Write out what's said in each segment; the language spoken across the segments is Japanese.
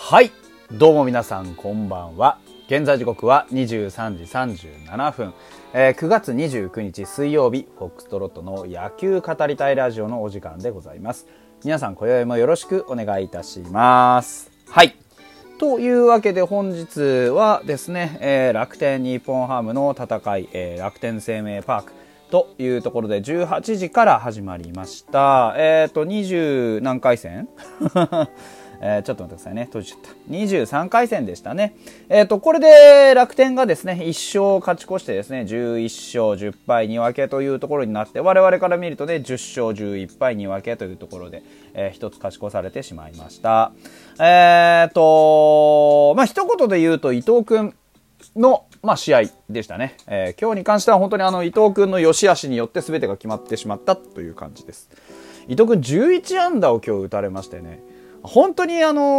はい、どうも皆さんこんばんは。現在時刻は23時37分、9月29日水曜日、フォックストロットの野球語りたいラジオのお時間でございます。皆さん今宵もよろしくお願いいたします。はい、というわけで本日はですね、楽天日本ハムの戦い、楽天生命パークというところで18時から始まりました。20何回戦ちょっと待ってくださいね。閉じちゃった。23回戦でしたね。これで楽天がですね、1勝勝ち越してですね、11勝10敗2分けというところになって、我々から見るとね、10勝11敗2分けというところで、一つ勝ち越されてしまいました。一言で言うと伊藤くんの、試合でしたね。今日に関しては本当に伊藤くんの良し悪しによって全てが決まってしまったという感じです。伊藤くん11安打を今日打たれましてね、本当に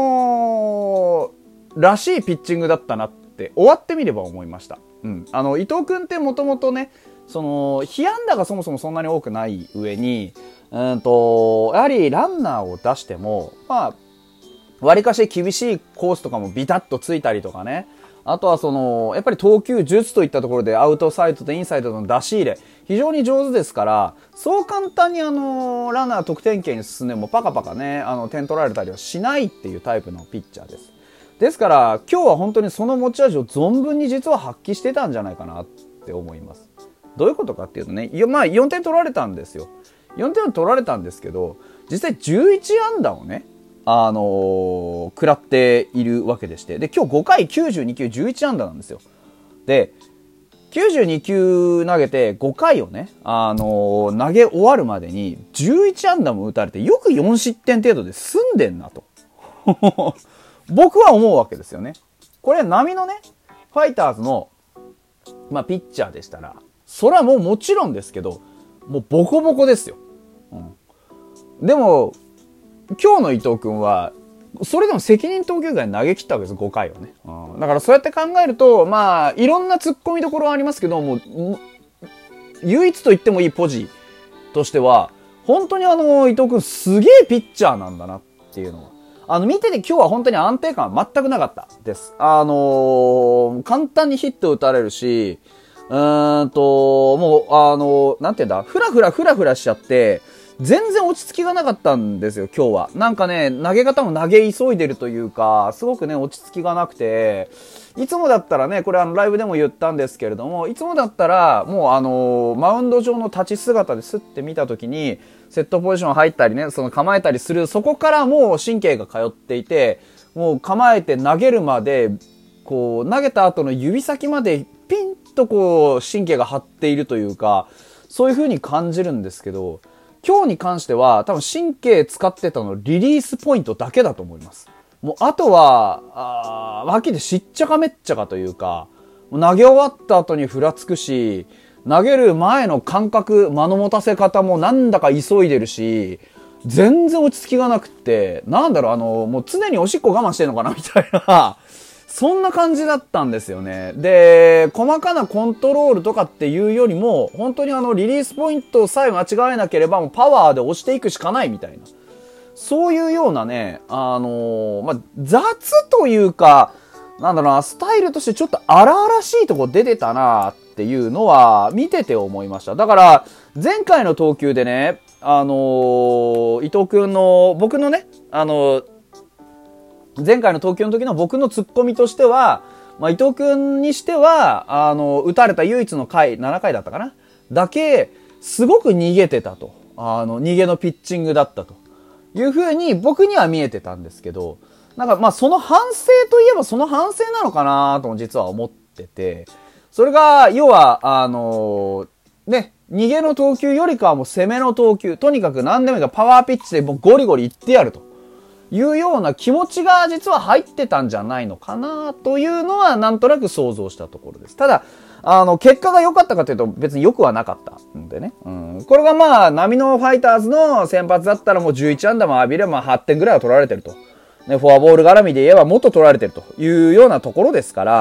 らしいピッチングだったなって終わってみれば思いました。伊藤くんってもともとね、被安打がそもそもそんなに多くない上に、やはりランナーを出しても、割かし厳しいコースとかもビタッとついたりとかね。あとはやっぱり投球術といったところでアウトサイドとインサイドの出し入れ、非常に上手ですから、そう簡単にランナー得点圏に進んでもパカパカね、点取られたりはしないっていうタイプのピッチャーです。ですから、今日は本当にその持ち味を存分に実は発揮してたんじゃないかなって思います。どういうことかっていうとね、4点取られたんですよ。4点取られたんですけど、実際11安打をね、食らっているわけでして。で、今日5回92球11安打なんですよ。で、92球投げて5回をね、投げ終わるまでに11安打も打たれてよく4失点程度で済んでんなと。僕は思うわけですよね。これ波のね、ファイターズの、ピッチャーでしたら、それはもちろんですけど、もうボコボコですよ。でも、今日の伊藤君はそれでも責任投球外に投げ切ったわけです、5回をね。だからそうやって考えると、いろんな突っ込みどころはありますけども、唯一と言ってもいいポジとしては本当に伊藤君すげえピッチャーなんだなっていうのは見てて今日は本当に安定感は全くなかったです。簡単にヒット打たれるし、なんていうんだ、フラフラしちゃって全然落ち着きがなかったんですよ、今日は。なんかね、投げ方も投げ急いでるというか、すごくね、落ち着きがなくて、いつもだったらね、これライブでも言ったんですけれども、いつもだったら、もうマウンド上の立ち姿でスッて見たときに、セットポジション入ったりね、構えたりする、そこからもう神経が通っていて、もう構えて投げるまで、投げた後の指先までピンと神経が張っているというか、そういう風に感じるんですけど、今日に関しては多分神経使ってたのリリースポイントだけだと思います。もうあとは、はっきりしっちゃかめっちゃかというか、投げ終わった後にふらつくし、投げる前の感覚、間の持たせ方もなんだか急いでるし、全然落ち着きがなくって、もう常におしっこ我慢してんのかなみたいな、そんな感じだったんですよね。で、細かなコントロールとかっていうよりも、本当にリリースポイントさえ間違えなければ、もうパワーで押していくしかないみたいな。そういうようなね、雑というか、スタイルとしてちょっと荒々しいとこ出てたなっていうのは、見てて思いました。だから、前回の投球でね、伊藤くんの、僕のね、前回の投球の時の僕のツッコミとしては、伊藤君にしては、打たれた唯一の回、7回だったかなだけ、すごく逃げてたと。逃げのピッチングだったという風に僕には見えてたんですけど、その反省といえばその反省なのかなとも実は思ってて、それが、要は、逃げの投球よりかはもう攻めの投球、とにかく何でもいいからパワーピッチでもうゴリゴリいってやると。いうような気持ちが実は入ってたんじゃないのかなというのはなんとなく想像したところです。ただ、結果が良かったかというと別に良くはなかったんでね。これが波のファイターズの先発だったらもう11安打も浴びれば8点ぐらいは取られてると。ね、フォアボール絡みで言えばもっと取られてるというようなところですから、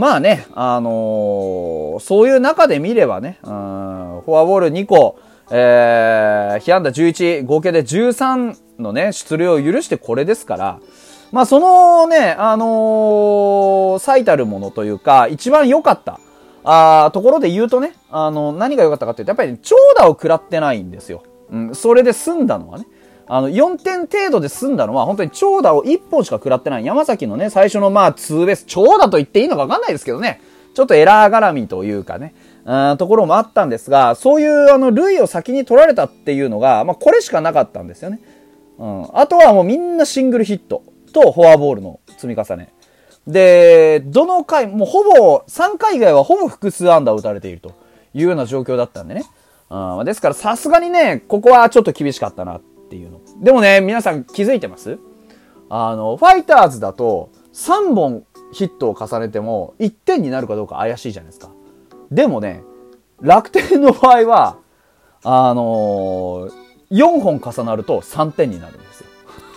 そういう中で見ればね、フォアボール2個、被安打11、合計で13のね、出塁を許してこれですから、 まあそのね、最たるものというか、一番良かった、ところで言うとね、何が良かったかっていうと、やっぱり、ね、長打を食らってないんですよ。うん、それで済んだのはね。4点程度で済んだのは、本当に長打を1本しか食らってない。山崎のね、最初のまあ、ツーベース、長打と言っていいのか分かんないですけどね。ちょっとエラー絡みというかね、ところもあったんですが、そういう塁を先に取られたっていうのが、まあ、これしかなかったんですよね。あとはもうみんなシングルヒットとフォアボールの積み重ね。で、どの回、もうほぼ、3回以外はほぼ複数安打を打たれているというような状況だったんでね。ですからさすがにね、ここはちょっと厳しかったなっていうの。でもね、皆さん気づいてます？ファイターズだと3本ヒットを重ねても1点になるかどうか怪しいじゃないですか。でもね、楽天の場合は、4本重なると3点になるんですよ。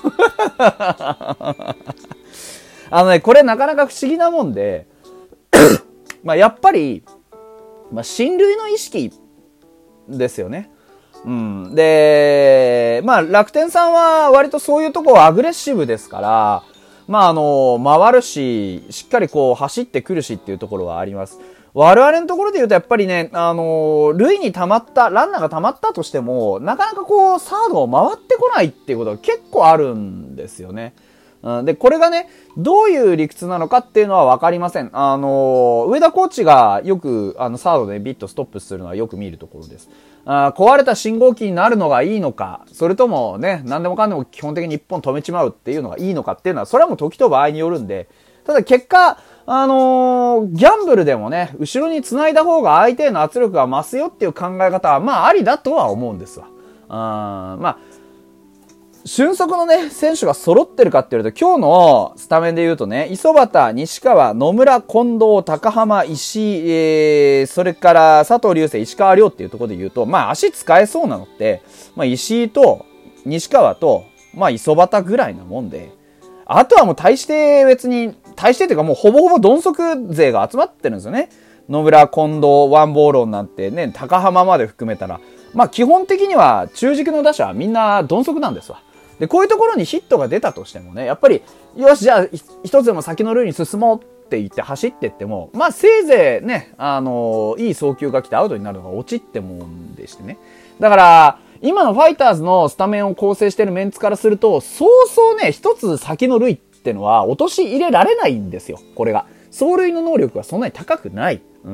これなかなか不思議なもんで、まあやっぱり、まあ進塁の意識ですよね。うん。で、まあ楽天さんは割とそういうところアグレッシブですから、まあ回るし、しっかりこう走ってくるしっていうところはあります。我々のところで言うとやっぱりね、塁に溜まった、ランナーが溜まったとしても、なかなかこう、サードを回ってこないっていうことが結構あるんですよね。で、これがね、どういう理屈なのかっていうのはわかりません。上田コーチがよく、サードでビットストップするのはよく見るところです。壊れた信号機になるのがいいのか、それともね、何でもかんでも基本的に一本止めちまうっていうのがいいのかっていうのは、それはもう時と場合によるんで、ただ結果、ギャンブルでもね、後ろに繋いだ方が相手への圧力が増すよっていう考え方は、まあありだとは思うんですわ。まあ、俊足のね、選手が揃ってるかっていうと、今日のスタメンで言うとね、磯端、西川、野村、近藤、高浜、石井、それから佐藤隆星、石川亮っていうところで言うと、まあ足使えそうなのって、まあ石井と西川と、まあ磯端ぐらいなもんで、あとはもう大して別に、大してっていうかもうほぼほぼ鈍足勢が集まってるんですよね。野村、近藤、ワンボーロンなんてね、高浜まで含めたら、まあ基本的には中軸の打者はみんな鈍足なんですわ。で、こういうところにヒットが出たとしてもね、やっぱり、よし、じゃあ、一つでも先の塁に進もうって言って走ってっても、まあ、せいぜいね、いい送球が来てアウトになるのが落ちってもんでしてね。だから、今のファイターズのスタメンを構成しているメンツからすると、そうそうね、一つ先の塁ってのは落とし入れられないんですよ、これが。走塁の能力がそんなに高くない。うん。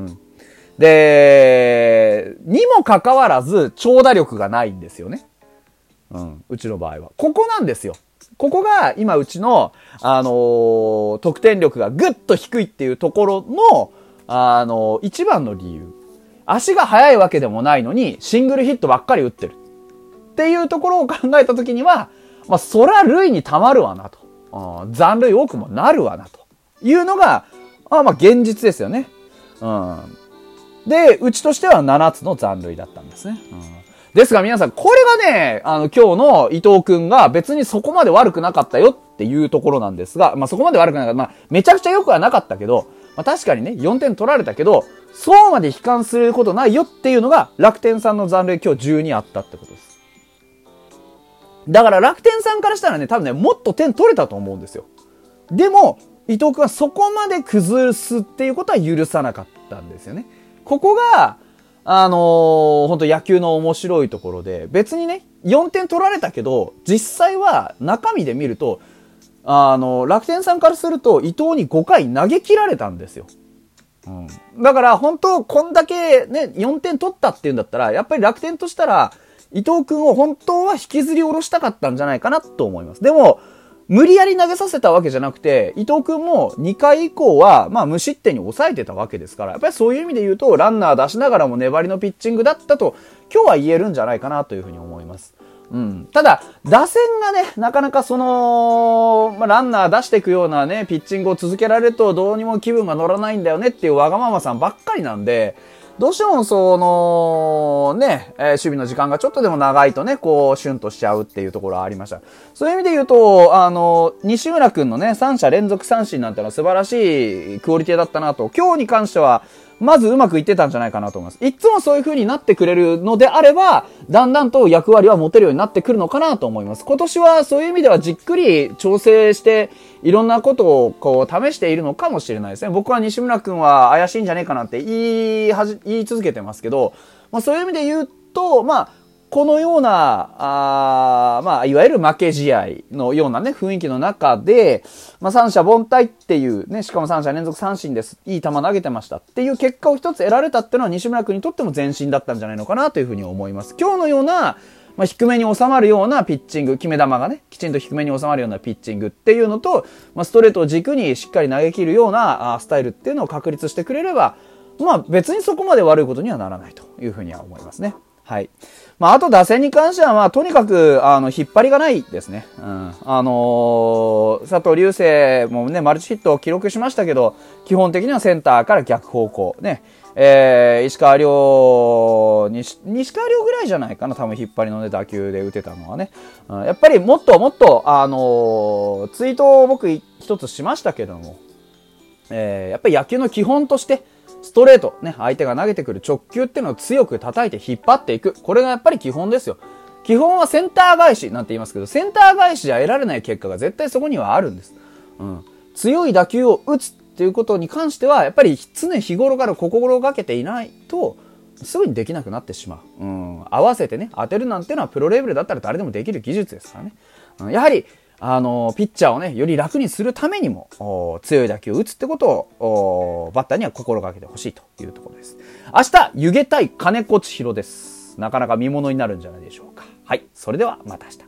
で、にもかかわらず、長打力がないんですよね。うん、うちの場合は。ここなんですよ。ここが今うちの、得点力がぐっと低いっていうところの、一番の理由。足が速いわけでもないのに、シングルヒットばっかり打ってる。っていうところを考えたときには、まあ、そら塁に溜まるわなと。残塁多くもなるわなと。いうのが、まあ現実ですよね。うん。で、うちとしては7つの残塁だったんですね。ですが皆さん、これがね、今日の伊藤くんが別にそこまで悪くなかったよっていうところなんですが、まあそこまで悪くなかった。まあめちゃくちゃ良くはなかったけど、まあ確かにね、4点取られたけど、そうまで悲観することないよっていうのが楽天さんの残塁今日12あったってことです。だから楽天さんからしたらね、多分ね、もっと点取れたと思うんですよ。でも、伊藤くんはそこまで崩すっていうことは許さなかったんですよね。ここが、本当野球の面白いところで、別にね、4点取られたけど、実際は中身で見ると、楽天さんからすると伊藤に5回投げ切られたんですよ。うん。だから本当、こんだけね、4点取ったっていうんだったら、やっぱり楽天としたら、伊藤くんを本当は引きずり下ろしたかったんじゃないかなと思います。でも、無理やり投げさせたわけじゃなくて、伊藤くんも2回以降は、まあ無失点に抑えてたわけですから、やっぱりそういう意味で言うと、ランナー出しながらも粘りのピッチングだったと、今日は言えるんじゃないかなというふうに思います。うん。ただ、打線がね、なかなかランナー出していくようなね、ピッチングを続けられると、どうにも気分が乗らないんだよねっていうわがままさんばっかりなんで、どうしても守備の時間がちょっとでも長いとね、こう、シュンとしちゃうっていうところはありました。そういう意味で言うと、西村くんのね、3者連続三振なんてのは素晴らしいクオリティだったなと。今日に関しては、 まずうまくいってたんじゃないかなと思います。いつもそういう風になってくれるのであれば、だんだんと役割は持てるようになってくるのかなと思います。今年はそういう意味ではじっくり調整して、いろんなことをこう試しているのかもしれないですね。僕は西村くんは怪しいんじゃねえかなって言い続けてますけど、そういう意味で言うと、このような、いわゆる負け試合のようなね、雰囲気の中で、三者凡退っていうね、しかも三者連続三振です。いい球投げてましたっていう結果を一つ得られたっていうのは西村君にとっても前進だったんじゃないのかなというふうに思います。今日のような、低めに収まるようなピッチング、決め球がね、きちんと低めに収まるようなピッチングっていうのと、ストレートを軸にしっかり投げ切るようなスタイルっていうのを確立してくれれば、別にそこまで悪いことにはならないというふうには思いますね。はい。あと打線に関しては、とにかく、引っ張りがないですね。佐藤龍星もね、マルチヒットを記録しましたけど、基本的にはセンターから逆方向。ね。西川遼ぐらいじゃないかな、多分引っ張りのね、打球で打てたのはね。やっぱりもっともっと、ツイートを僕一つしましたけども、やっぱり野球の基本として、ストレート、ね、相手が投げてくる直球っていうのを強く叩いて引っ張っていく。これがやっぱり基本ですよ。基本はセンター返しなんて言いますけど、センター返しじゃ得られない結果が絶対そこにはあるんです。強い打球を打つっていうことに関しては、やっぱり常日頃から心がけていないと、すぐにできなくなってしまう。合わせてね、当てるなんていうのはプロレベルだったら誰でもできる技術ですからね。やはり、ピッチャーをね、より楽にするためにも、強い打球を打つってことを、バッターには心がけてほしいというところです。明日、湯気対金子千尋です。なかなか見物になるんじゃないでしょうか。はい。それでは、また明日。